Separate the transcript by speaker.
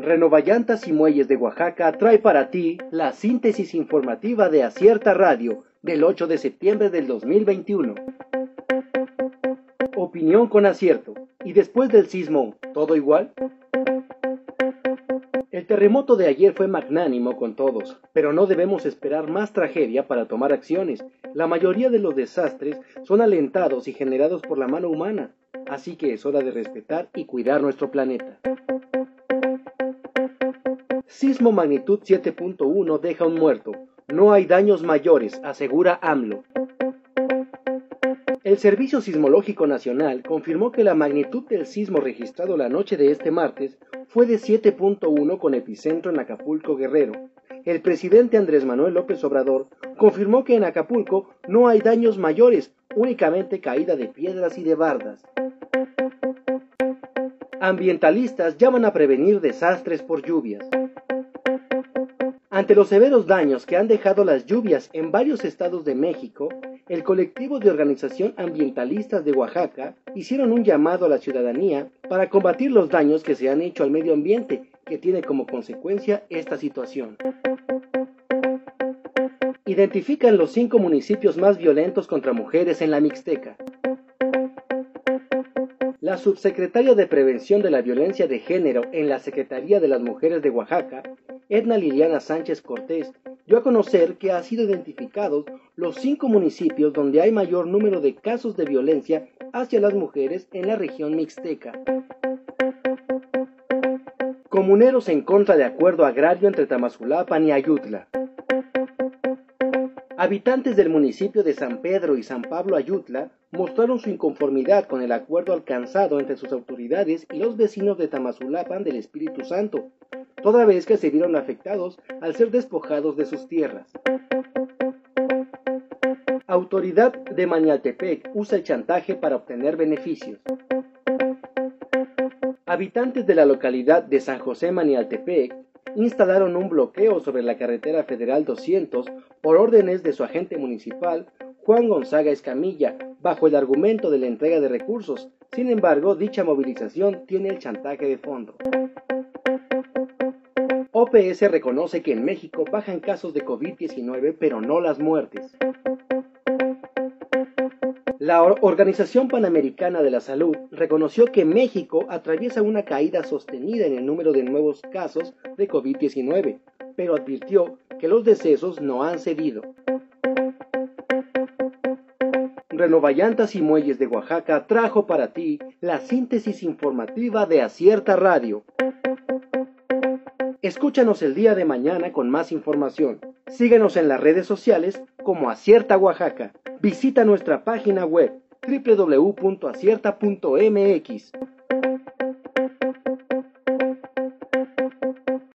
Speaker 1: Renovallantas y Muelles de Oaxaca trae para ti la síntesis informativa de Acierta Radio del 8 de septiembre del 2021. Opinión con acierto. ¿Y después del sismo, todo igual? El terremoto de ayer fue magnánimo con todos, pero no debemos esperar más tragedia para tomar acciones. La mayoría de los desastres son alentados y generados por la mano humana, así que es hora de respetar y cuidar nuestro planeta. Sismo magnitud 7.1 deja un muerto. No hay daños mayores, asegura AMLO. El Servicio Sismológico Nacional confirmó que la magnitud del sismo registrado la noche de este martes fue de 7.1 con epicentro en Acapulco, Guerrero. El presidente Andrés Manuel López Obrador confirmó que en Acapulco no hay daños mayores, únicamente caída de piedras y de bardas. Ambientalistas llaman a prevenir desastres por lluvias. Ante los severos daños que han dejado las lluvias en varios estados de México, el colectivo de organización ambientalistas de Oaxaca hicieron un llamado a la ciudadanía para combatir los daños que se han hecho al medio ambiente, que tiene como consecuencia esta situación. Identifican los 5 municipios más violentos contra mujeres en la Mixteca. La subsecretaria de Prevención de la Violencia de Género en la Secretaría de las Mujeres de Oaxaca, Edna Liliana Sánchez Cortés, dio a conocer que han sido identificados los 5 municipios donde hay mayor número de casos de violencia hacia las mujeres en la región mixteca. Comuneros en contra de acuerdo agrario entre Tamazulapan y Ayutla. Habitantes del municipio de San Pedro y San Pablo Ayutla mostraron su inconformidad con el acuerdo alcanzado entre sus autoridades y los vecinos de Tamazulapan del Espíritu Santo, toda vez que se vieron afectados al ser despojados de sus tierras. Autoridad de Manialtepec usa el chantaje para obtener beneficios. Habitantes de la localidad de San José Manialtepec instalaron un bloqueo sobre la carretera federal 200 por órdenes de su agente municipal, Juan Gonzaga Escamilla, bajo el argumento de la entrega de recursos. Sin embargo, dicha movilización tiene el chantaje de fondo. OPS reconoce que en México bajan casos de COVID-19, pero no las muertes. La Organización Panamericana de la Salud reconoció que México atraviesa una caída sostenida en el número de nuevos casos de COVID-19, pero advirtió que los decesos no han cedido. Renovallantas y Muelles de Oaxaca trajo para ti la síntesis informativa de Acierta Radio. Escúchanos el día de mañana con más información. Síguenos en las redes sociales como Acierta Oaxaca. Visita nuestra página web www.acierta.mx.